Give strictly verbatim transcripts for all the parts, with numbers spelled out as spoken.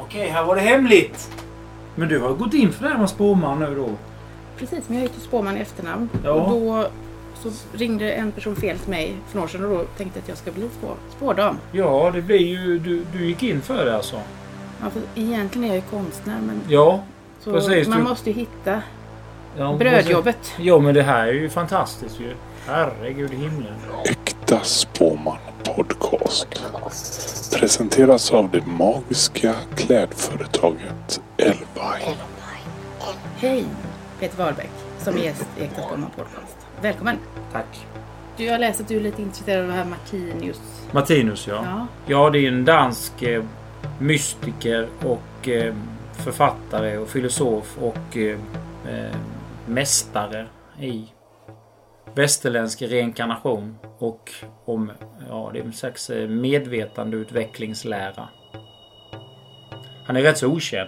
Okej, här var det hemligt. Men du har gått in för det här med spåman nu då? Precis, men jag heter spåman i efternamn. Ja. Och då så ringde en person fel till mig för några år sedan och då tänkte jag att jag ska bli spå, spådam. Ja, det blir ju... Du, du gick in för det alltså. Ja, för egentligen är jag ju konstnär, men... Ja, så precis. man du... måste ju hitta ja, brödjobbet. Precis. Ja, men det här är ju fantastiskt ju. Herregud i himlen. Äkta Spåman podcast presenteras av det magiska klädföretaget Elvine. Hej, Peter Wahlbeck som är gäst i Äkta Spåman podcast. Välkommen. Tack. Du, jag läste att du är lite intresserad av det här Martinus. Martinus, ja. Ja, Ja, det är en dansk eh, mystiker och eh, författare och filosof och eh, eh, mästare i västerländsk reinkarnation och om, ja, det är en slags medvetandeutvecklingslära. Han är rätt så okänd.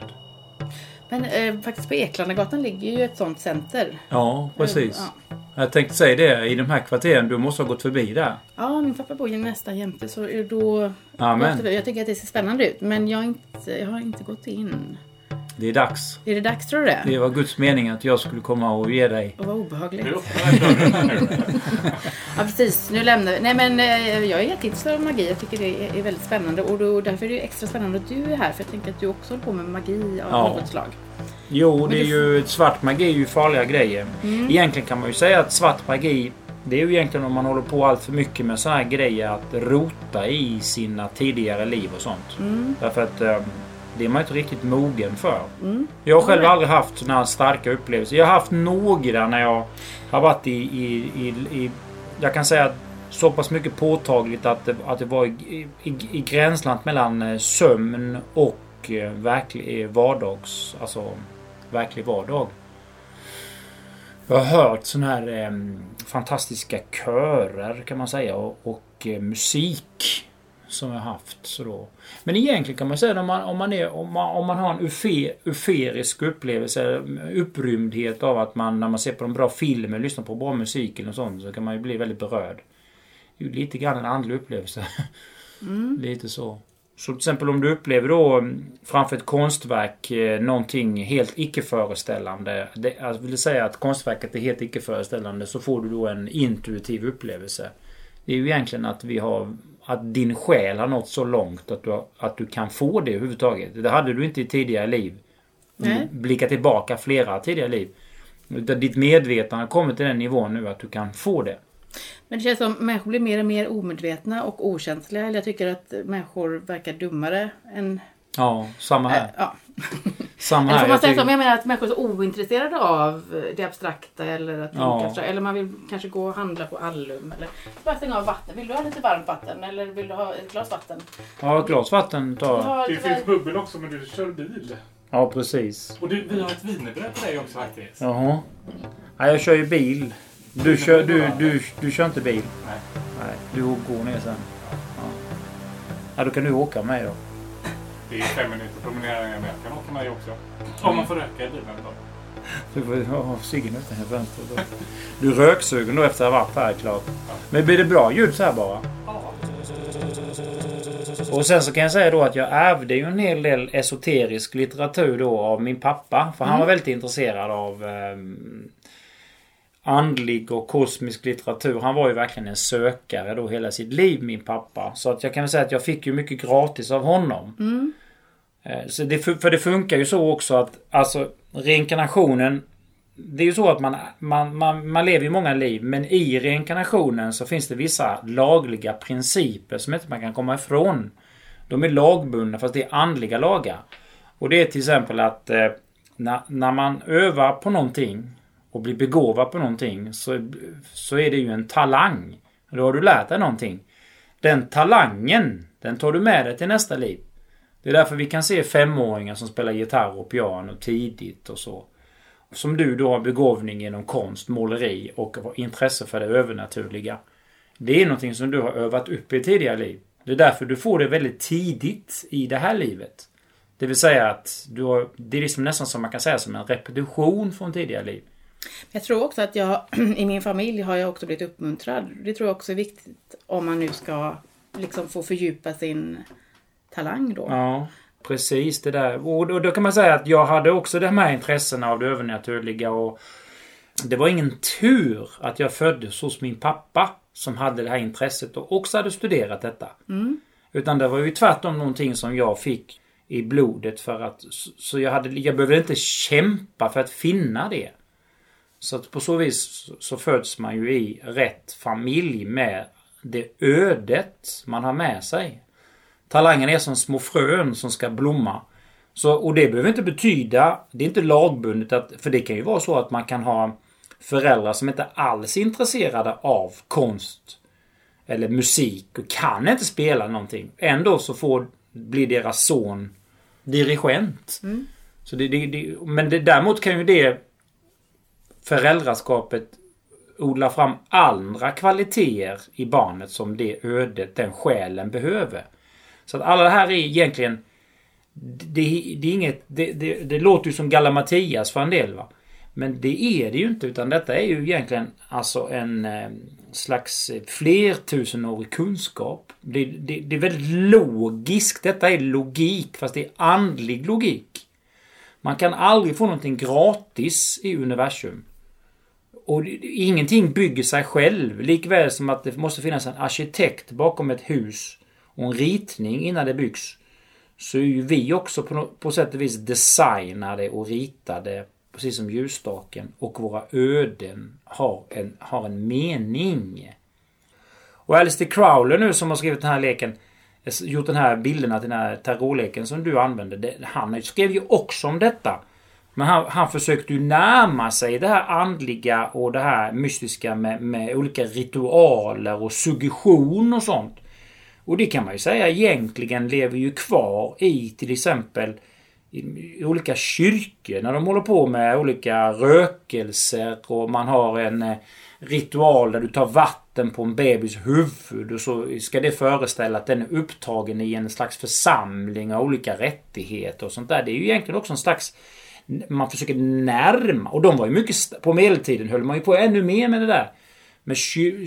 men eh, faktiskt på Eklandagatan ligger ju ett sånt center. Ja, precis. Ja. Jag tänkte säga det, i de här kvarteren, du måste ha gått förbi där. Ja, min pappa bor ju nästan jämte så då... Amen. Jag tycker att det ser spännande ut, men jag har inte, jag har inte gått in. Det är dags. Är det dags, tror du det? Det var Guds mening att jag skulle komma och ge dig. Och vad obehagligt. Jo, nu. Ja, precis. Nu lämnar vi. Nej, men eh, jag är jätteintresserad av magi. Jag tycker det är, är väldigt spännande. Och då, därför är det extra spännande att du är här. För jag tänker att du också håller på med magi av Ja. något slag. Jo, det är det- ju... Svart magi är ju farliga grejer. Mm. Egentligen kan man ju säga att svart magi, det är ju egentligen om man håller på allt för mycket med såna här grejer att rota i sina tidigare liv och sånt. Mm. Därför att eh, det är man inte riktigt mogen för. Mm. Jag har själv Ja. aldrig haft såna här starka upplevelser. Jag har haft några när jag har varit i... i, i, i jag kan säga att så pass mycket påtagligt att det, att det var i, i, i gränsland mellan eh, sömn och eh, verklig eh, vardags... Alltså verklig vardag. Jag har hört såna här eh, fantastiska körer kan man säga och, och eh, musik som jag har haft. Så då. Men egentligen kan man säga om man, om man, är, om man, om man har en eufe, euferisk upplevelse, upprymdhet av att man när man ser på en bra film eller lyssnar på bra musik eller sånt, så kan man ju bli väldigt berörd. Det är ju lite grann en andlig upplevelse. Mm. Lite så. Så till exempel om du upplever då framför ett konstverk eh, någonting helt icke-föreställande. Det, alltså vill säga att konstverket är helt icke-föreställande, så får du då en intuitiv upplevelse. Det är ju egentligen att vi har att din själ har nått så långt att du, har, att du kan få det överhuvudtaget. Det hade du inte i tidigare liv. Om Nej. du blickar tillbaka flera tidigare liv. Utan ditt medvetande har kommit till den nivån nu att du kan få det. Men det känns som att människor blir mer och mer omedvetna och okänsliga. Eller jag tycker att människor verkar dummare än... Ja, samma här. Äh, ja. Samma Eller här. får man Jag säga tycker- så? Men jag menar att människor är så ointresserade av det abstrakta eller att tänka Ja. abstrakt. Eller man vill kanske gå och handla på Allum. Eller bara stänga av vatten. Vill du ha lite varmt vatten? Eller vill du ha ett glas vatten? Ja, ett glas vatten tar... Ja, Det lite finns var- bubbel också, men du kör bil. Ja, precis. Och du, vi har ett wienerbröd på dig också faktiskt. Jaha. Ja, jag kör ju bil. Du kör, du, du, du kör inte bil? Nej. Nej, du går ner sen. Ja. Ja, då kan du åka med då. Det är fem minuter promenering med. Jag kan åka med också. Om man får röka i bilen då. Du får ha ciggen utan här fönstret då. Du är röksugen då efter att ha varit här, klart. Men blir det bra ljud så här bara? Ja. Och sen så kan jag säga då att jag ärvde ju en hel del esoterisk litteratur då av min pappa. För han var väldigt intresserad av eh, andlig och kosmisk litteratur. Han var ju verkligen en sökare då hela sitt liv, min pappa. Så att jag kan väl säga att jag fick ju mycket gratis av honom. Mm. Eh, Så det, för det funkar ju så också att alltså reinkarnationen, det är ju så att man, man, man, man lever i många liv, men i reinkarnationen så finns det vissa lagliga principer som inte man kan komma ifrån. De är lagbundna fast det är andliga lagar. Och det är till exempel att eh, när, när man övar på någonting och blir begåvad på någonting så, så är det ju en talang. Då har du lärt dig någonting. Den talangen, den tar du med dig till nästa liv. Det är därför vi kan se femåringar som spelar gitarr och piano tidigt och så. Som du då har begåvning genom konst, måleri och har intresse för det övernaturliga. Det är någonting som du har övat upp i tidigare liv. Det är därför du får det väldigt tidigt i det här livet. Det vill säga att du har, det är liksom nästan som man kan säga som en repetition från tidigare liv. Jag tror också att jag i min familj har jag också blivit uppmuntrad. Det tror jag också är viktigt om man nu ska liksom få fördjupa sin talang då. Ja. Precis det där. Och då, då kan man säga att jag hade också de här intressena av det övernaturliga. Och det var ingen tur att jag föddes hos min pappa som hade det här intresset och också hade studerat detta. Mm. Utan det var ju tvärtom någonting som jag fick i blodet för att... Så jag, hade, jag behövde inte kämpa för att finna det. Så att på så vis så föds man ju i rätt familj med det ödet man har med sig. Talangen är som små frön som ska blomma. Så, och det behöver inte betyda, det är inte lagbundet, att, för det kan ju vara så att man kan ha föräldrar som inte alls är intresserade av konst eller musik och kan inte spela någonting. Ändå så får blir deras son dirigent. Mm. Så det, det, det, men det, däremot kan ju det föräldraskapet odla fram andra kvaliteter i barnet som det ödet, den själen behöver. Så att alla det här är egentligen det, det är inget det, det, det låter ju som Galimatias för en del, va. Men det är det ju inte, utan detta är ju egentligen alltså en eh, slags flertusenårig kunskap. Det, det, det är väldigt logiskt. Detta är logik, fast det är andlig logik. Man kan aldrig få någonting gratis i universum. Och det, ingenting bygger sig själv. Likväl som att det måste finnas en arkitekt bakom ett hus och en ritning innan det byggs. Så är ju vi också på, på sätt och vis designade och ritade precis som ljusstaken, och våra öden har en, har en mening. Och Aleister Crowley nu som har skrivit den här leken, gjort den här bilderna till den här terrorleken som du använde, det, han skrev ju också om detta. Men han, han försökte ju närma sig det här andliga och det här mystiska med, med olika ritualer och suggestion och sånt. Och det kan man ju säga egentligen lever ju kvar i till exempel i olika kyrkor när de håller på med olika rökelser och man har en ritual där du tar vatten på en bebis huvud och så ska det föreställa att den är upptagen i en slags församling av olika rättigheter och sånt där. Det är ju egentligen också en slags, man försöker närma, och de var ju mycket, på medeltiden höll man ju på ännu mer med det där. Med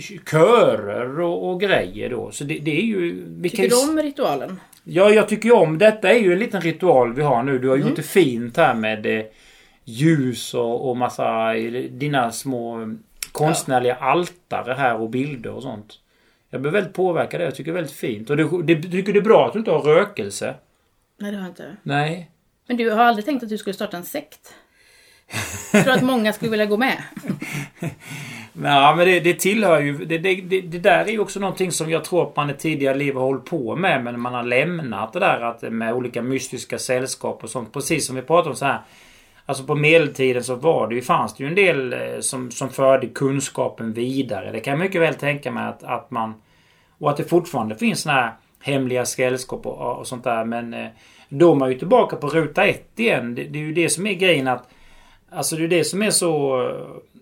körer och, och grejer då. Så det, det är ju... Vi Tycker kan ju... du om ritualen? Ja, jag tycker om. Detta är ju en liten ritual vi har nu. Du har mm. gjort det fint här med eh, ljus och, och massa dina små konstnärliga ja. altare här och bilder och sånt. Jag blir väldigt påverkad. Jag tycker det är väldigt fint. Och du, det, tycker det är bra att du inte har rökelse? Nej, det har jag inte. Nej. Men du har aldrig tänkt att du skulle starta en sekt? Jag tror att många skulle vilja gå med. Ja, men det, det tillhör ju det, det, det, det där är ju också någonting som jag tror att man i tidigare liv har hållit på med, men man har lämnat det där att med olika mystiska sällskap och sånt, precis som vi pratade om så här. Alltså på medeltiden så var det ju, fanns det ju en del som, som förde kunskapen vidare. Det kan jag mycket väl tänka mig att, att man, och att det fortfarande finns såna här hemliga sällskap och, och sånt där, men då är man ju tillbaka på ruta ett igen. Det, det är ju det som är grejen, att alltså det är det som är så,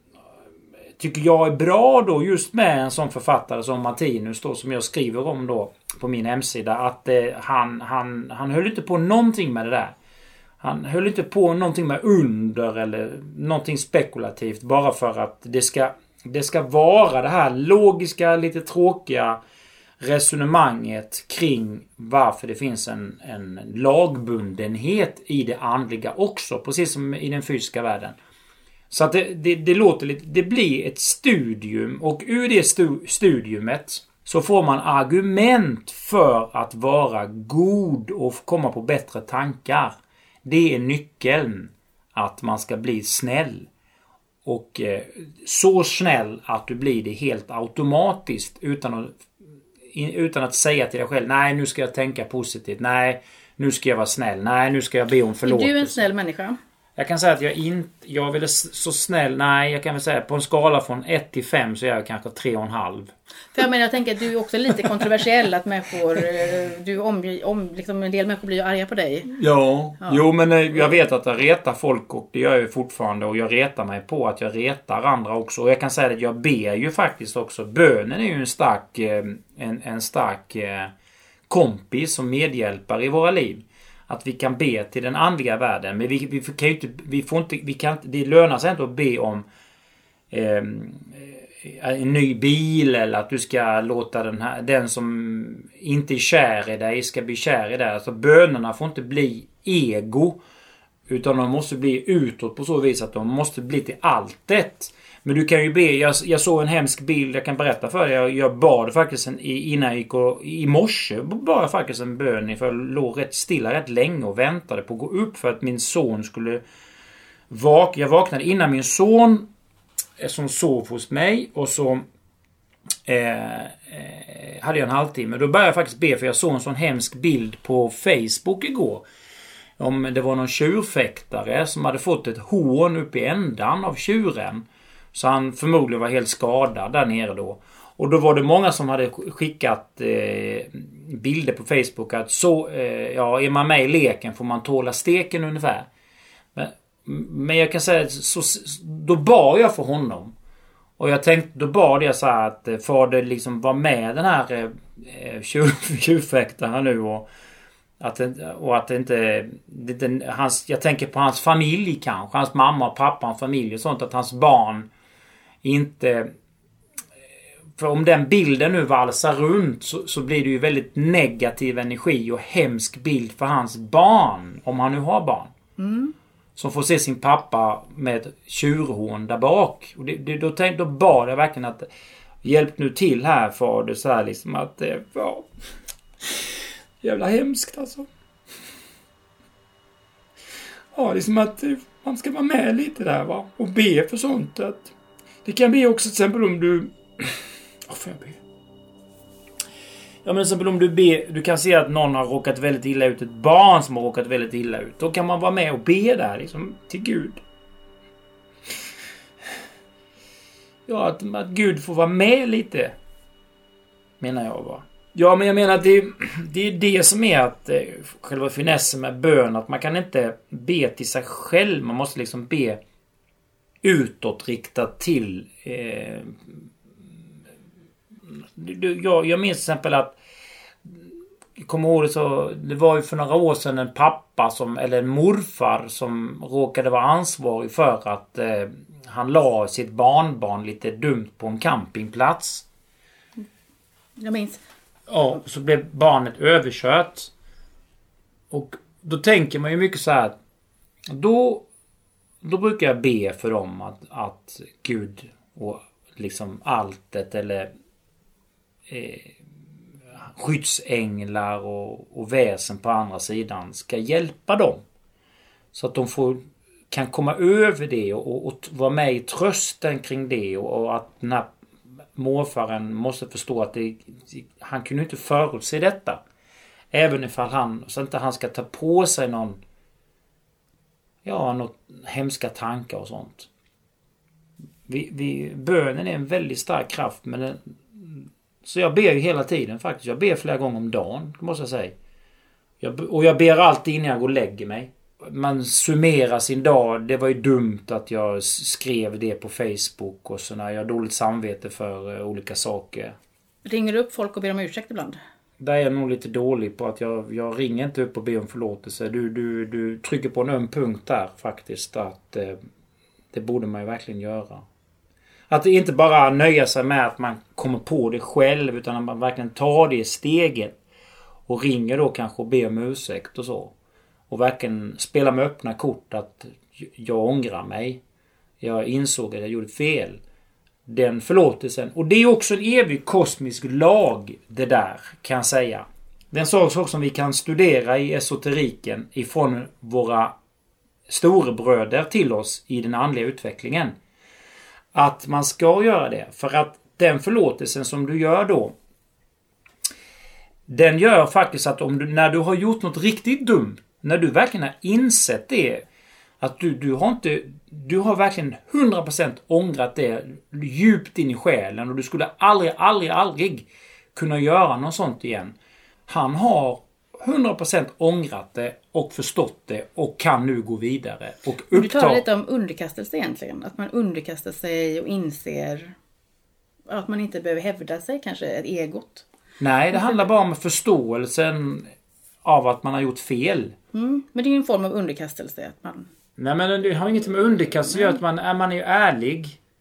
tycker jag är bra då just med en sån författare som Martinus då, som jag skriver om då på min hemsida, att eh, han, han, han höll inte på någonting med det där. Han höll inte på någonting med under eller någonting spekulativt bara för att det ska, det ska vara det här logiska, lite tråkiga resonemanget kring varför det finns en, en lagbundenhet i det andliga också, precis som i den fysiska världen. Så att det, det, det låter lite, det blir ett studium, och ur det stu, studiumet så får man argument för att vara god och komma på bättre tankar. Det är nyckeln, att man ska bli snäll. Och eh, så snäll att du blir det helt automatiskt utan att, in, utan att säga till dig själv, nej nu ska jag tänka positivt, nej nu ska jag vara snäll, nej nu ska jag be om förlåtelse. Är du en snäll människa? Jag kan säga att jag inte, jag vill så snäll, nej jag kan väl säga på en skala från ett till fem så är jag kanske tre och en halv. För jag menar, jag tänker att du är också lite kontroversiell, att människor, du om, om liksom en del människor blir ju arga på dig. Ja, ja. Jo men jag vet att jag retar folk, och det gör jag ju fortfarande, och jag retar mig på att jag retar andra också. Och jag kan säga att jag ber ju faktiskt också, bönen är ju en stark, en, en stark kompis som medhjälpare i våra liv. Att vi kan be till den andliga världen. Men vi, vi kan ju inte, vi får inte, vi kan, det lönar sig inte att be om eh, en ny bil eller att du ska låta den här den som inte är kär i dig ska bli kär i dig. Alltså bönerna får inte bli ego, utan de måste bli utåt på så vis att de måste bli till alltet. Men du kan ju be, jag, jag såg en hemsk bild, jag kan berätta för dig. Jag, jag bad faktiskt en, innan jag gick och, i morse bad jag faktiskt en bön, för jag låg rätt stilla rätt länge och väntade på att gå upp för att min son skulle vakna. Jag vaknade innan min son som sov hos mig, och så eh, eh, hade jag en halvtimme. Då började jag faktiskt be, för jag såg en sån hemsk bild på Facebook igår. Om det var någon tjurfäktare som hade fått ett hån upp i ändan av tjuren. Så han förmodligen var helt skadad där nere då. Och då var det många som hade skickat eh, bilder på Facebook att så, eh, ja, är man med i leken får man tåla steken ungefär. Men, men jag kan säga så, då bad jag för honom. Och jag tänkte, då bad jag så här att eh, fader liksom var med den här eh, tjur, tjurfäktaren nu och Att, och att det inte, det, hans, jag tänker på hans familj kanske, hans mamma och pappa, hans familj och sånt, att hans barn inte, för om den bilden nu valsar runt så, så blir det ju väldigt negativ energi och hemsk bild för hans barn, om han nu har barn. Mm. Som får se sin pappa med ett tjurhorn där bak. Och det, det, då, tänkte, då bad jag verkligen att hjälp nu till här för det så här liksom att det var jävla hemskt alltså. Ja, det är som att man ska vara med lite där va. Och be för sånt. Att det kan bli också till exempel om du... Åh, får jag be? Ja, men till exempel om du ber... Du kan se att någon har råkat väldigt illa ut. Ett barn som har råkat väldigt illa ut. Då kan man vara med och be där liksom till Gud. Ja, att, att Gud får vara med lite. Menar jag va. Ja, men jag menar att det, det är det som är att eh, själva finessen med bön, att man kan inte be till sig själv. Man måste liksom be utåtriktat till. Eh, jag, jag minns till exempel att jag kommer ihåg det så, det var ju för några år sedan en pappa som, eller en morfar som råkade vara ansvarig för att eh, han la sitt barnbarn lite dumt på en campingplats. Jag minns. Ja, så blev barnet överkört. Och då tänker man ju mycket så här. Då, då brukar jag be för dem att, att Gud och liksom alltet eller eh, skyddsänglar och, och väsen på andra sidan ska hjälpa dem. Så att de får, kan komma över det och, och, och vara med i trösten kring det. Och, och att den här morfaren måste förstå att det, han kunde inte förutse detta. Även ifall han, så inte han ska ta på sig någon, ja, något hemska tankar och sånt. Vi, vi, bönen är en väldigt stark kraft, men den, så jag ber ju hela tiden faktiskt. Jag ber flera gånger om dagen, måste jag säga. Jag, och jag ber alltid innan jag går och lägger mig. Man summerar sin dag. Det var ju dumt att jag skrev det på Facebook och så när jag har dåligt samvete för uh, olika saker. Ringer du upp folk och ber om ursäkt ibland? Där är jag nog lite dålig på att jag, jag ringer inte upp och ber om förlåtelse. Du, du, du trycker på en öm punkt där faktiskt. Att uh, det borde man ju verkligen göra. Att inte bara nöja sig med att man kommer på det själv, utan att man verkligen tar det steget och ringer då kanske och ber om ursäkt och så. Och verkligen spela med öppna kort att jag ångrar mig. Jag insåg att jag gjorde fel. Den förlåtelsen. Och det är också en evig kosmisk lag det där, kan jag säga. Den sak som vi kan studera i esoteriken ifrån våra storebröder till oss i den andliga utvecklingen. Att man ska göra det. För att den förlåtelsen som du gör då, den gör faktiskt att om du, när du har gjort något riktigt dumt, när du verkligen har insett det, att du, du har inte, du har verkligen hundra procent ångrat det djupt in i själen och du skulle aldrig, aldrig, aldrig kunna göra något sånt igen. Han har hundra procent ångrat det och förstått det och kan nu gå vidare. Och uppta... Du talar lite om underkastelse egentligen. Att man underkastar sig och inser att man inte behöver hävda sig, kanske ett egot. Nej, det handlar bara om förståelsen av att man har gjort fel. Mm, men det är ju en form av underkastelse. Att man... Nej, men det har inget med underkastelse att göra. Att man, är man är ju ärlig.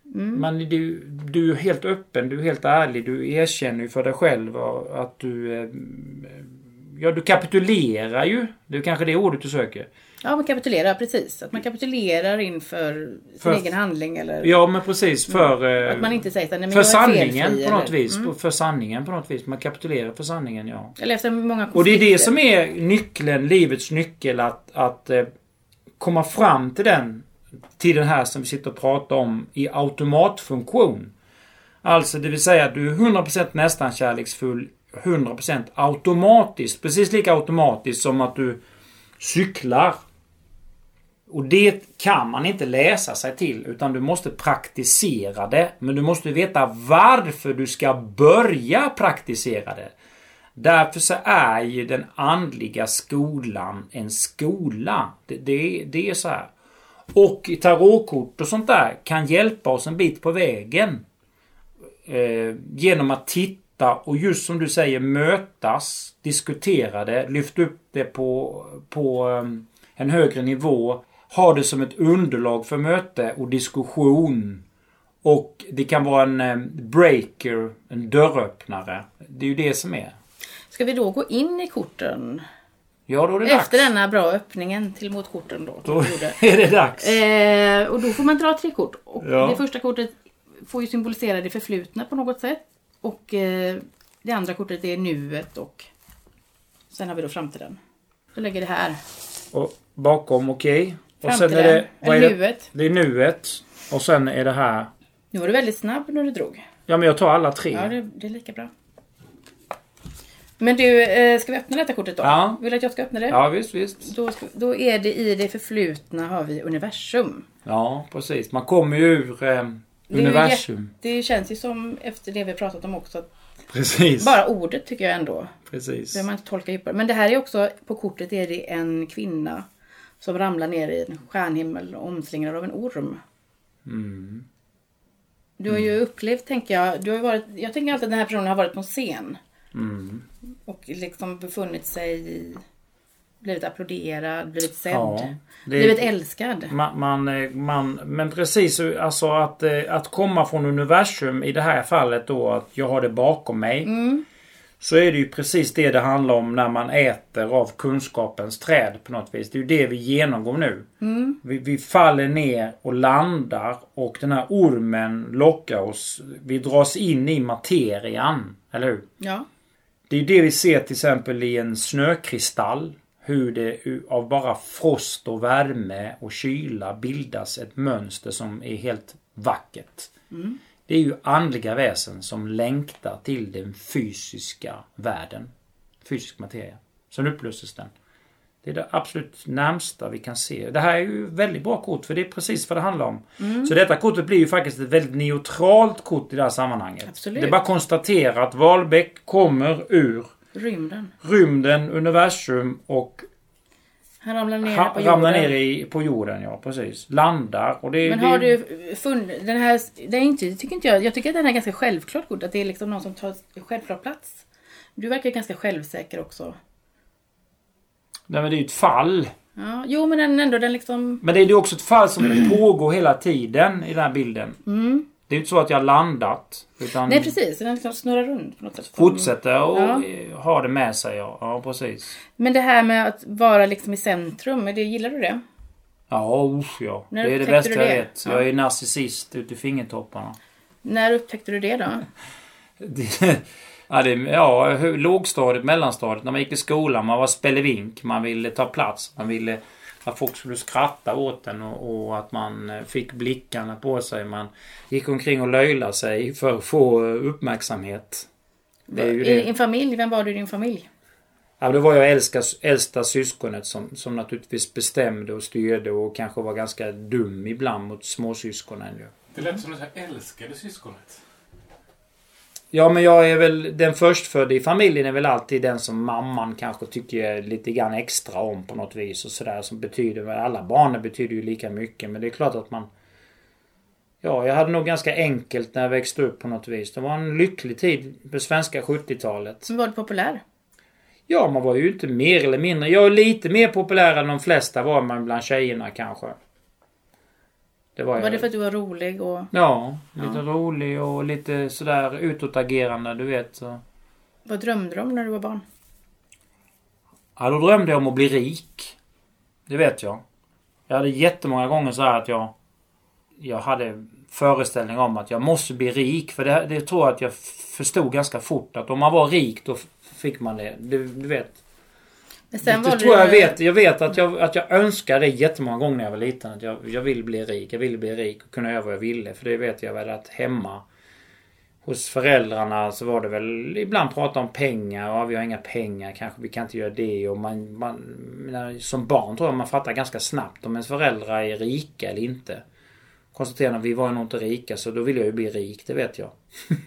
Mm. Men du, du är helt öppen, du är helt ärlig, du erkänner ju för dig själv att du... Ja, du kapitulerar ju. Det är kanske det ordet du söker. Ja, man kapitulerar, precis. Att man kapitulerar inför sin för, egen handling. Eller, ja, men precis. För, mm. Att man inte säger att nej, men för jag är sanningen felfri, på något eller? vis. Mm. För sanningen på något vis. Man kapitulerar för sanningen, ja. Eller efter många och det är det som är nyckeln, livets nyckel. Att, att eh, komma fram till den, till den här som vi sitter och pratar om i automatfunktion. Alltså, det vill säga att du är hundra procent nästan kärleksfull, hundra procent automatiskt. Precis lika automatiskt som att du cyklar. Och det kan man inte läsa sig till, utan du måste praktisera det. Men du måste veta varför du ska börja praktisera det. Därför så är ju den andliga skolan en skola. Det, det, det är så här. Och tarotkort och sånt där kan hjälpa oss en bit på vägen. Eh, genom att titta och just som du säger mötas, diskutera det, lyfta upp det på, på um, en högre nivå. Ha det som ett underlag för möte och diskussion. Och det kan vara en um, breaker, en dörröppnare. Det är ju det som är. Ska vi då gå in i korten? Ja, då är det efter dags. Denna bra öppningen till mot korten då. Då är det dags. Eh, och då får man dra tre kort. Och ja. Det första kortet får ju symbolisera det förflutna på något sätt. Och eh, det andra kortet är nuet och sen har vi då framtiden. Då lägger det här. Och bakom, okej. Okay. Och Framtiden, sen är det, vad är det? nuet. Det är nuet. Och sen är det här. Nu var du väldigt snabb när du drog. Ja, men jag tar alla tre. Ja, det, det är lika bra. Men du, eh, ska vi öppna detta kortet då? Ja. Vill du att jag ska öppna det? Ja, visst, visst. Då, ska, då är det i det förflutna har vi universum. Ja, precis. Man kommer ju ur eh, det universum. Ju, det känns ju som efter det vi har pratat om också. Att precis. bara ordet tycker jag ändå. Precis. Det man inte tolka djupare. Men det här är också, på kortet är det en kvinna som ramlar ner i en stjärnhimmel och omslingrar av en orm. Mm. Du har ju upplevt, tänker jag, du har varit, jag tänker alltid att den här personen har varit på en scen. Mm. Och liksom befunnit sig i, blivit applåderad, blivit sedd, Ja, det, blivit älskad. Man, man, man, men precis, alltså att, att komma från universum i det här fallet då, att jag har det bakom mig. Mm. Så är det ju precis det det handlar om när man äter av kunskapens träd på något vis. Det är ju det vi genomgår nu. Mm. Vi, vi faller ner och landar och den här ormen lockar oss. Vi dras in i materian, eller hur? Ja. Det är det vi ser till exempel i en snökristall. Hur det av bara frost och värme och kyla bildas ett mönster som är helt vackert. Mm. Det är ju andliga väsen som längtar till den fysiska världen. Fysisk materia. Sen upplöses den. Det är det absolut närmsta vi kan se. Det här är ju väldigt bra kort för det är precis vad det handlar om. Mm. Så detta kortet blir ju faktiskt ett väldigt neutralt kort i det här sammanhanget. Absolut. Det är bara att konstatera att Wahlbeck kommer ur Rymden. Rymden, universum och han ramlar ner ha, på jorden. Ramlar ner i, på jorden, ja precis. Landar. Och det, men det, har du funnit den här, det är inte, tycker inte jag, jag tycker att den är ganska självklart kort. Att det är liksom någon som tar självklart plats. Du verkar ganska självsäker också. Nej, men det är ju ett fall. Ja, jo men den, ändå den liksom... Men det är ju också ett fall som pågår hela tiden i den här bilden. Mm. Det är ju inte så att jag har landat. Utan nej precis, den liksom snurrar runt på något sätt. Fortsätter och ja. ha det med sig. Ja, ja precis. Men det här med att vara liksom i centrum, det, gillar du det? Ja, usch, ja. När det är det bästa jag vet. Ja. Jag är narcissist ut i fingertopparna. När upptäckte du det då? det, ja, det, ja, lågstadiet, mellanstadiet. När man gick i skolan, man var spelevink. Man ville ta plats. Man ville att folk skulle skratta åt en och, och att man fick blickarna på sig. Man gick omkring och löjlade sig för att få uppmärksamhet. Det är ju det. I din familj, vem var du i din familj? Ja, då var jag äldsta, äldsta syskonet som, som naturligtvis bestämde och styrde och kanske var ganska dum ibland mot småsyskonen. Ja. Det lät som att jag älskade syskonet. Ja, men jag är väl den förstfödda i familjen är väl alltid den som mamman kanske tycker lite grann extra om på något vis och sådär som betyder, alla barnen betyder ju lika mycket, men det är klart att man ja, jag hade nog ganska enkelt när jag växte upp på något vis. Det var en lycklig tid på svenska sjuttiotalet. Men var du populär? Ja, man var ju inte mer eller mindre. Jag är lite mer populär än de flesta var man bland tjejerna kanske. Det var, var jag... det för att du var rolig? Och... Ja, lite ja. rolig och lite sådär utåtagerande, du vet. Så. Vad drömde du om när du var barn? Ja, då drömde jag om att bli rik. Det vet jag. Jag hade jättemånga gånger så här att jag... Jag hade föreställning om att jag måste bli rik. För det, det tror jag att jag förstod ganska fort. Att om man var rik, då fick man det. Du, du vet. Men sen det, var det tror du... jag vet. Jag vet att jag, att jag önskade det jättemånga gånger när jag var liten. Att jag, jag ville bli rik. Jag ville bli rik och kunna göra vad jag ville. För det vet jag väl att hemma hos föräldrarna så var det väl ibland prata om pengar. Ja, vi har inga pengar. Kanske vi kan inte göra det. Och man, man, som barn tror jag man fattar ganska snabbt om ens föräldrar är rika eller inte. Konstaterade att vi var nog inte rika, så då ville jag ju bli rik, det vet jag.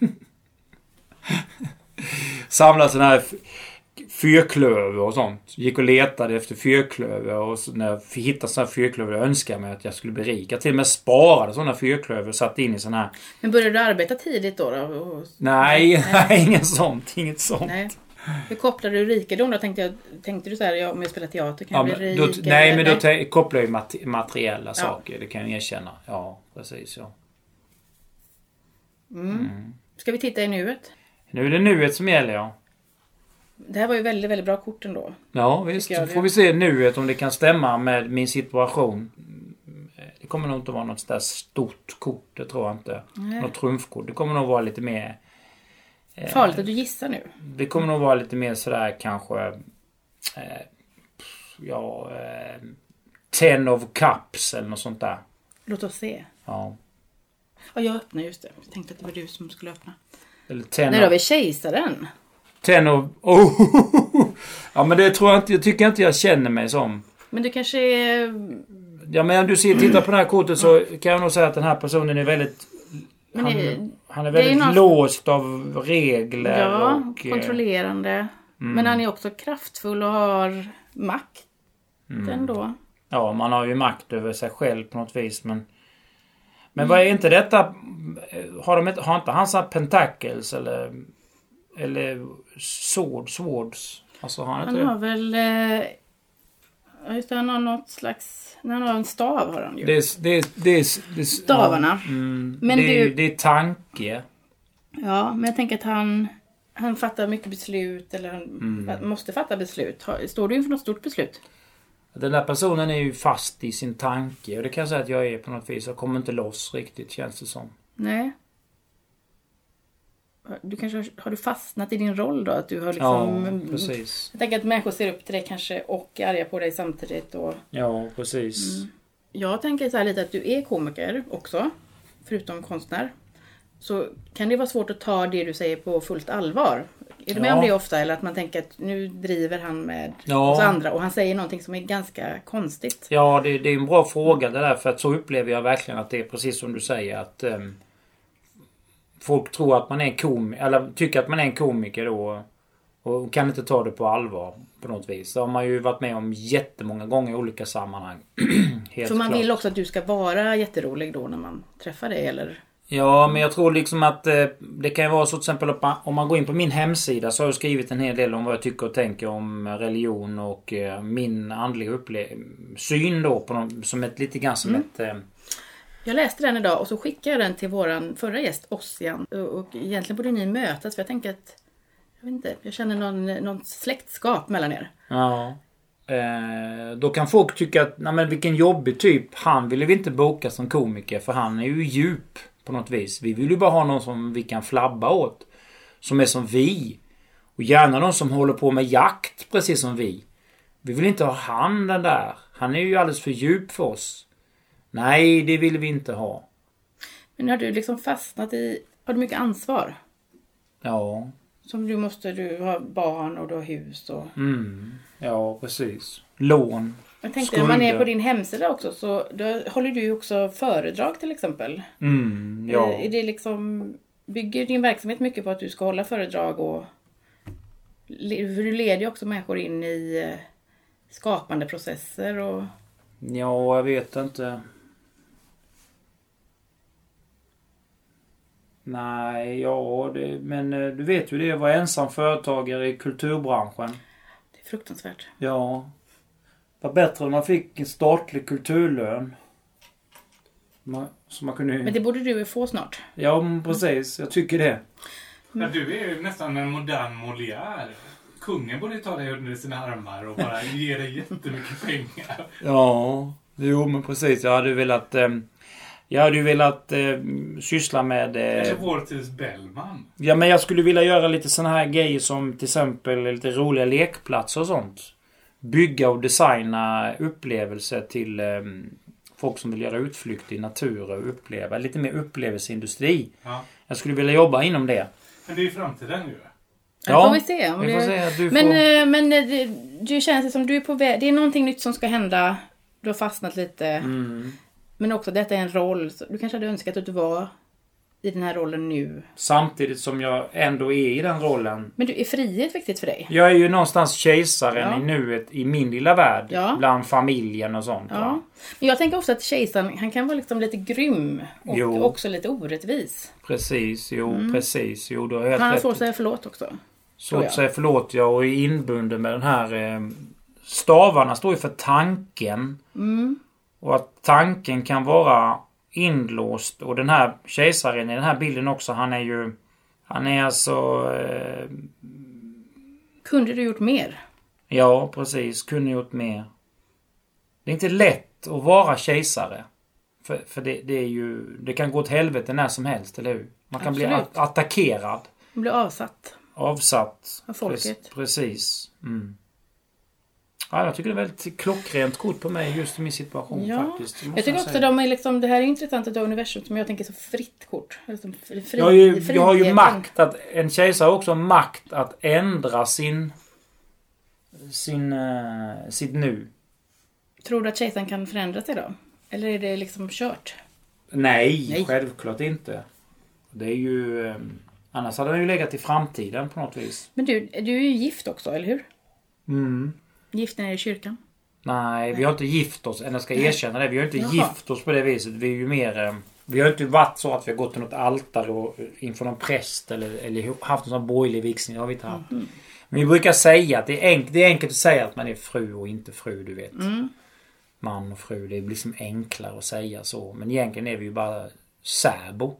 Samlade sån här fyrklöver och sånt. Gick och letade efter fyrklöver och så när jag hittade sån här fyrklöver önskade jag mig att jag skulle bli rik. Jag till och med sparade såna fyrklöver och satte in i sån här... Men började du arbeta tidigt då? då? Och... Nej, nej, inget sånt, inget sånt. Nej. Hur kopplade du rikedom då? Tänkte, jag, tänkte du så här, ja, om jag spelar teater kan ja, jag bli rik? Då, nej, men eller? då kopplar jag mat- materiella ja. saker. Det kan jag erkänna. Ja, precis. Ja. Mm. Mm. Ska vi titta i nuet? Nu är det nuet som gäller, ja. Det här var ju väldigt, väldigt bra kort ändå. Ja, visst. Så får vi se nuet om det kan stämma med min situation. Det kommer nog inte vara något sådär stort kort, det tror jag inte. Nej. Något trumfkort. Det kommer nog vara lite mer... Farligt att du gissar nu. Det kommer nog vara lite mer sådär kanske eh, ja eh, ten of cups eller något sånt där. Låt oss se. Ja. Ja, jag öppnar just det. Jag tänkte att det var du som skulle öppna. Eller ten. Nej, då har vi kejsaren. Ten of... Oh. Ja, men det tror jag inte, jag tycker inte jag känner mig som. Men du kanske är... Ja, men om du ser, tittar på det här kortet så kan jag nog säga att den här personen är väldigt... Men han, det, han är väldigt är någon... låst av regler. Ja, och kontrollerande. Mm. Men han är också kraftfull och har makt mm. ändå. Ja, man har ju makt över sig själv på något vis. Men, men mm. vad är inte detta... Har, de inte, har inte han sådana pentacles eller, eller sword, swords? Alltså, har han han inte har väl... Eh, just det, han har något slags... Han har en stav har han ju. Det är, det är, det är, det är, stavarna. Ja, mm, men det, är, du, det är tanke. Ja, men jag tänker att han, han fattar mycket beslut. Eller han mm. måste fatta beslut. Står du inför något stort beslut? Den där personen är ju fast i sin tanke. Och det kan jag säga att jag är på något vis. Jag kommer inte loss riktigt, känns det som. Nej. Du kanske har, har du fastnat i din roll då? Att du har liksom... Ja, precis. Jag tänker att människor ser upp till dig kanske och är arga på dig samtidigt. Och, ja, precis. Mm. Jag tänker så här lite att du är komiker också. Förutom konstnär. Så kan det vara svårt att ta det du säger på fullt allvar. Är du med ja. om det ofta? Eller att man tänker att nu driver han med ja. oss andra. Och han säger någonting som är ganska konstigt. Ja, det, det är en bra fråga det där. För att så upplever jag verkligen att det är precis som du säger. Att um, folk tror att man är en komiker. Eller tycker att man är en komiker då. Och kan inte ta det på allvar på något vis. Det har man ju varit med om jättemånga gånger i olika sammanhang. Helt för man klart. Vill också att du ska vara jätterolig då när man träffar dig, eller? Ja, men jag tror liksom att eh, det kan ju vara så till exempel om man går in på min hemsida så har jag skrivit en hel del om vad jag tycker och tänker om religion och eh, min andliga upple- syn då på någon, som ett lite grann som mm. ett... Eh, jag läste den idag och så skickade jag den till våran förra gäst, Ossian. Och, och egentligen borde ni mötas för jag tänker att jag vet inte, jag känner någon, någon släktskap mellan er. Ja. Eh, då kan folk tycka att nej men vilken jobbig typ, han ville vi inte boka som komiker för han är ju djup på något vis. Vi vill ju bara ha någon som vi kan flabba åt. Som är som vi. Och gärna någon som håller på med jakt precis som vi. Vi vill inte ha han den där. Han är ju alldeles för djup för oss. Nej, det vill vi inte ha. Men har du liksom fastnat i, har du mycket ansvar? Ja. Som du måste, du har barn och du har hus och... Mm, ja precis. Lån. Jag tänkte, när man är på din hemsida också så då håller du ju också föredrag till exempel. Mm, ja. Är det liksom, bygger din verksamhet mycket på att du ska hålla föredrag och... För du leder ju också människor in i skapande processer och... Ja, jag vet inte. Nej, ja, det, men du vet ju det, jag var ensam företagare i kulturbranschen. Det är fruktansvärt. Ja. Det var bättre om man fick en statlig kulturlön. Man, så man kunde... Men det borde du få snart. Ja, precis. Jag tycker det. Ja, du är ju nästan en modern Molière. Kungen borde ta dig under sina armar och bara ge dig jättemycket pengar. Ja, jo men precis. Jag hade velat... Eh, jag hade ju velat eh, syssla med... Eh, Kanske vår tids Bellman. Ja, men jag skulle vilja göra lite såna här grejer som till exempel lite roliga lekplatser och sånt. Bygga och designa upplevelser till... Eh, folk som vill göra utflykt i natur och uppleva. Lite mer upplevelseindustri. Ja. Jag skulle vilja jobba inom det. Men det är ju framtiden ju. Ja, får vi se. Vi får se att du men får... men det, det känns som du är på väg. Det är någonting nytt som ska hända. Du har fastnat lite. Mm. Men också detta är en roll. Du kanske hade önskat att du var i den här rollen nu. Samtidigt som jag ändå är i den rollen. Men du, är frihet viktigt för dig? Jag är ju någonstans kejsaren Ja. i nuet i min lilla värld. Ja. Bland familjen och sånt. Ja. Va? Men jag tänker också att kejsaren, han kan vara liksom lite grym. Och Jo. också lite orättvis. Precis, jo, Mm. precis. Jo, du har helt Han har rätt. svårt att säga förlåt också. Så att säga förlåt, jag och är inbunden med den här eh, stavarna står ju för tanken. Mm. Och att tanken kan vara inlåst. Och den här kejsaren i den här bilden också, han är ju han är alltså eh, Kunde du gjort mer? ja, precis, kunde gjort mer. Det är inte lätt att vara kejsare. För, för det, det är ju det kan gå åt helvete när som helst, eller hur? Man kan Absolut. bli a- attackerad. Du blev avsatt. Avsatt. Av folket. Pre- precis. Mm. Ja, jag tycker det är väldigt klockrent kort på mig just i min situation Ja. faktiskt. Jag tycker också att de är liksom, det här är intressant att du har universum som jag tänker så fritt kort. Liksom fri, jag, har ju, jag har ju friheten. makt att, en kejsare har också makt att ändra sin, sin, uh, sitt nu. Tror du att kejsaren kan förändra sig då? Eller är det liksom kört? Nej, Nej. självklart inte. Det är ju, um, annars hade den ju legat i framtiden på något vis. Men du, du är ju gift också, eller hur? Mm. Gift när är i kyrkan. Nej, vi har inte gift oss. Än jag ska erkänna det. Vi har inte Jaha. gift oss på det viset. Vi är ju mer... eh, Vi har inte varit så att vi har gått till något altare och inför någon präst eller, eller haft någon sån borgerlig vigsel. Det har vi inte haft. Mm. Men vi brukar säga att det är, enk, det är enkelt att säga att man är fru och inte fru, du vet. Mm. Man och fru, det blir liksom enklare att säga så. Men egentligen är vi ju bara särbo.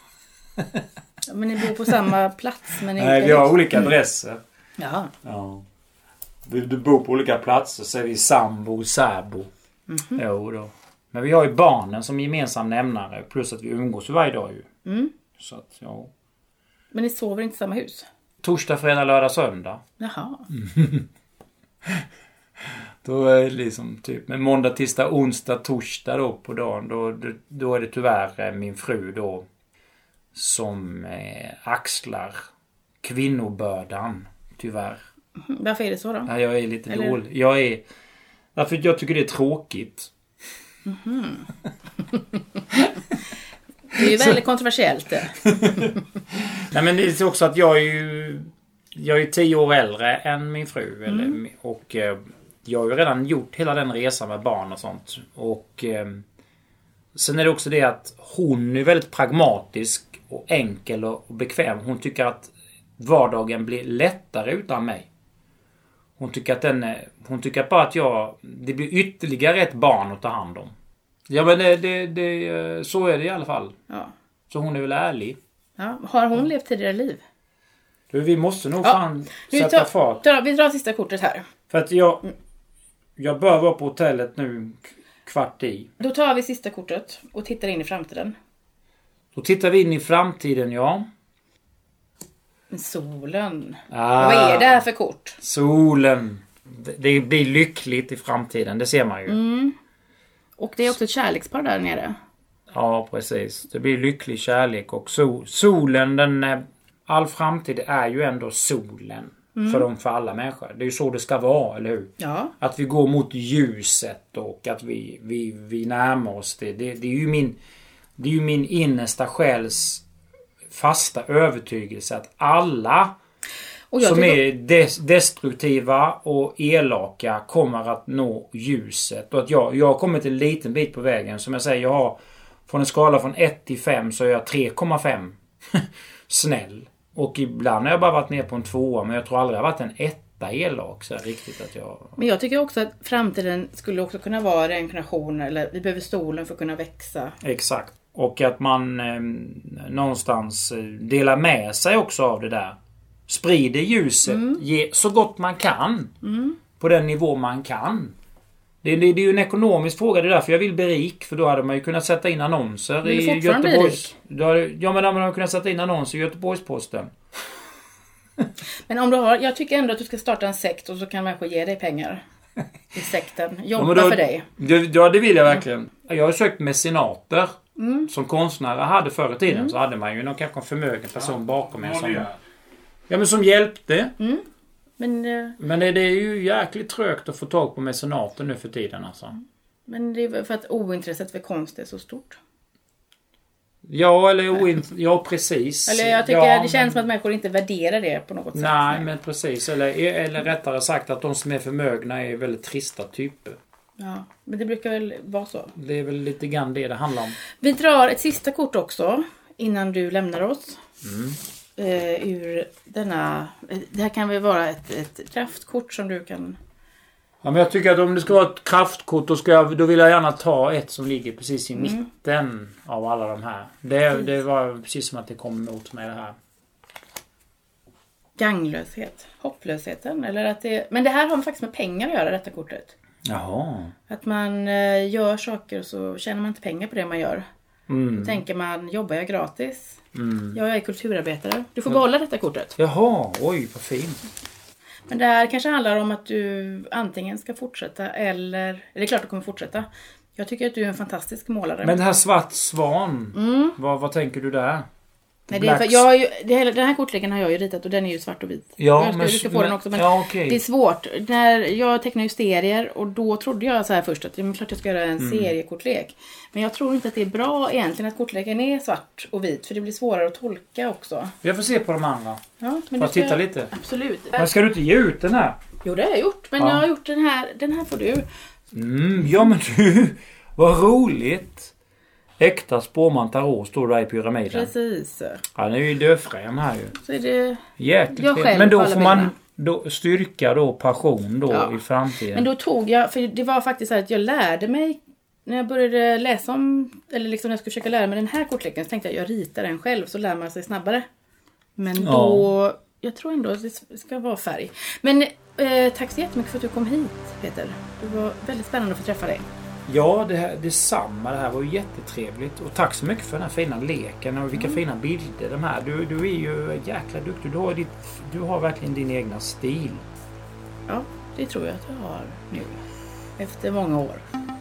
Ja, men ni bor på samma plats. Men Nej, inte vi har gift. olika adresser. Jaha. Ja. Du, du bor på olika platser så är vi sambo och särbo. Mhm. Jo då. Men vi har ju barnen som gemensam nämnare. Plus att vi umgås ju varje dag ju. Mm. Så att, ja. Men ni sover inte i samma hus? Torsdag, fredag, lördag, söndag. Jaha. Då är det liksom typ med måndag, tisdag, onsdag, torsdag då på dagen. Då, då, då är det tyvärr eh, min fru då som eh, axlar kvinnobördan. Tyvärr. Mhm. Varför är det så då? Ja, jag är lite Eller- dålig. Jag är... Därför att jag tycker det är tråkigt. Det är ju väldigt kontroversiellt det. Nej, men det är också att jag är ju... Jag är tio år äldre än min fru. Mm. Eller, och eh, jag har ju redan gjort hela den resan med barn och sånt. Och eh, sen är det också det att hon är väldigt pragmatisk och enkel och bekväm. Hon tycker att vardagen blir lättare utan mig. Hon tycker att den är, hon tycker bara att jag, det blir ytterligare ett barn att ta hand om. Ja, men det, det, det, så är det i alla fall. Ja. Så hon är väl ärlig. Ja. Har hon levt tidigare liv? Du, vi måste nog Ja. fan Vi sätta tar, fart. tar, vi drar sista kortet här. För att jag, jag bör vara på hotellet nu kvart i. Då tar vi sista kortet och tittar in i framtiden. Då tittar vi in i framtiden, ja. Solen. Ah, Vad är det här för kort? Solen. Det, det blir lyckligt i framtiden, det ser man ju. Mm. Och det är också ett kärlekspar där nere. Ja, precis. Det blir lycklig kärlek och sol. Solen, den... eh, All framtid är ju ändå solen. För dem, för alla människor. Det är ju så det ska vara, eller hur? Ja. Att vi går mot ljuset och att vi, vi, vi närmar oss det. Det, det är ju min... Det är ju min innersta själs fasta övertygelse att alla Och jag som tycker- är des- destruktiva och elaka kommer att nå ljuset. Och att jag, jag har kommit en liten bit på vägen. Som jag säger, jag har från en skala från ett till fem så är jag tre komma fem snäll. Och ibland har jag bara varit ner på en tvåa, men jag tror aldrig jag har varit en ett. låta elak så här, riktigt att jag... Men jag tycker också att framtiden skulle också kunna vara reinkarnation, eller vi behöver stolen för att kunna växa. Exakt. Och att man eh, någonstans delar med sig också av det där. Sprider ljuset mm. ge, så gott man kan. Mm. På den nivå man kan. Det, det, det är ju en ekonomisk fråga. Det är därför jag vill bli rik. För då hade man ju kunnat sätta in annonser men i Göteborgs... Hade, ja, men då hade man kunnat sätta in annonser i Göteborgs-Posten. Men om du har... Jag tycker ändå att du ska starta en sekt och så kan människor ge dig pengar. I sekten. Jobba ja, då, för dig. Ja, det vill jag verkligen. Jag har sökt mecenater. Mm. Som konstnärer hade förr i tiden. Mm. Så hade man ju någon kanske en förmögen person ja. bakom en som... Ja, men som hjälpte. Mm. Men, uh, men det, det är ju jäkligt trögt att få tag på mecenater nu för tiden alltså. Men det är för att ointresset för konst är så stort. Ja, eller oint- ja, precis. Eller jag tycker ja, det känns men... som att människor inte värderar det på något sätt. Nej, men precis. Eller, eller rättare sagt att de som är förmögna är väldigt trista typer. Ja, men det brukar väl vara så. Det är väl lite grann det det handlar om. Vi drar ett sista kort också innan du lämnar oss. Mm. Uh, ur denna... Det här kan väl vara ett, ett kraftkort som du kan... Ja, men jag tycker att om det ska vara ett kraftkort då, ska jag, då vill jag gärna ta ett som ligger precis i mm. mitten av alla de här. Det, det var precis som att det kom emot mig det här. Ganglöshet. Hopplösheten. Eller att det, men det här har faktiskt med pengar att göra, detta kortet. Jaha. Att man uh, gör saker och så tjänar man inte pengar på det man gör. Mm. Då tänker man, jobbar jag gratis? Mm. Jag är kulturarbetare. Du får ja. behålla detta kortet. Jaha, oj vad fint. Men det här kanske handlar om att du antingen ska fortsätta eller... Det är klart att du kommer fortsätta. Jag tycker att du är en fantastisk målare. Men det här svart svan, mm. vad, vad tänker du där? Nej, det är för, jag har ju, det här, den här kortleken har jag ju ritat och den är ju svart och vit. Ja, jag ska, men, du ska få men, den också, men ja, okay. det är svårt. När jag tecknar ju serier och då trodde jag så här först att det är klart jag ska göra en mm. seriekortlek. Men jag tror inte att det är bra egentligen att kortleken är svart och vit för det blir svårare att tolka också. Jag får se på de andra. Ja, men får titta lite. Absolut. Men ska du inte ge ut den här? Jo, det har jag gjort. Men ja. jag har gjort den här. Den här får du. Mm, ja, men du, vad roligt. Äkta spåman tarot står där i pyramiden. Precis. Han är ju dödfrän här ju. Så är det... Jäkligt fint. Men då får man då styrka då, passion då ja. i framtiden. Men då tog jag, för det var faktiskt så att jag lärde mig när jag började läsa om, eller liksom när jag skulle försöka lära mig den här kortleken så tänkte jag, jag ritar den själv så lär man sig snabbare. Men då, ja. jag tror ändå att det ska vara färg. Men eh, tack så jättemycket för att du kom hit, Peter. Det var väldigt spännande att få träffa dig. Ja, det, här, det är samma. Det här var ju jättetrevligt. Och tack så mycket för den här fina leken och vilka mm. fina bilder de här. Du, du är ju jäkla duktig. Du har, ditt, du har verkligen din egna stil. Ja, det tror jag att jag har nu. Efter många år.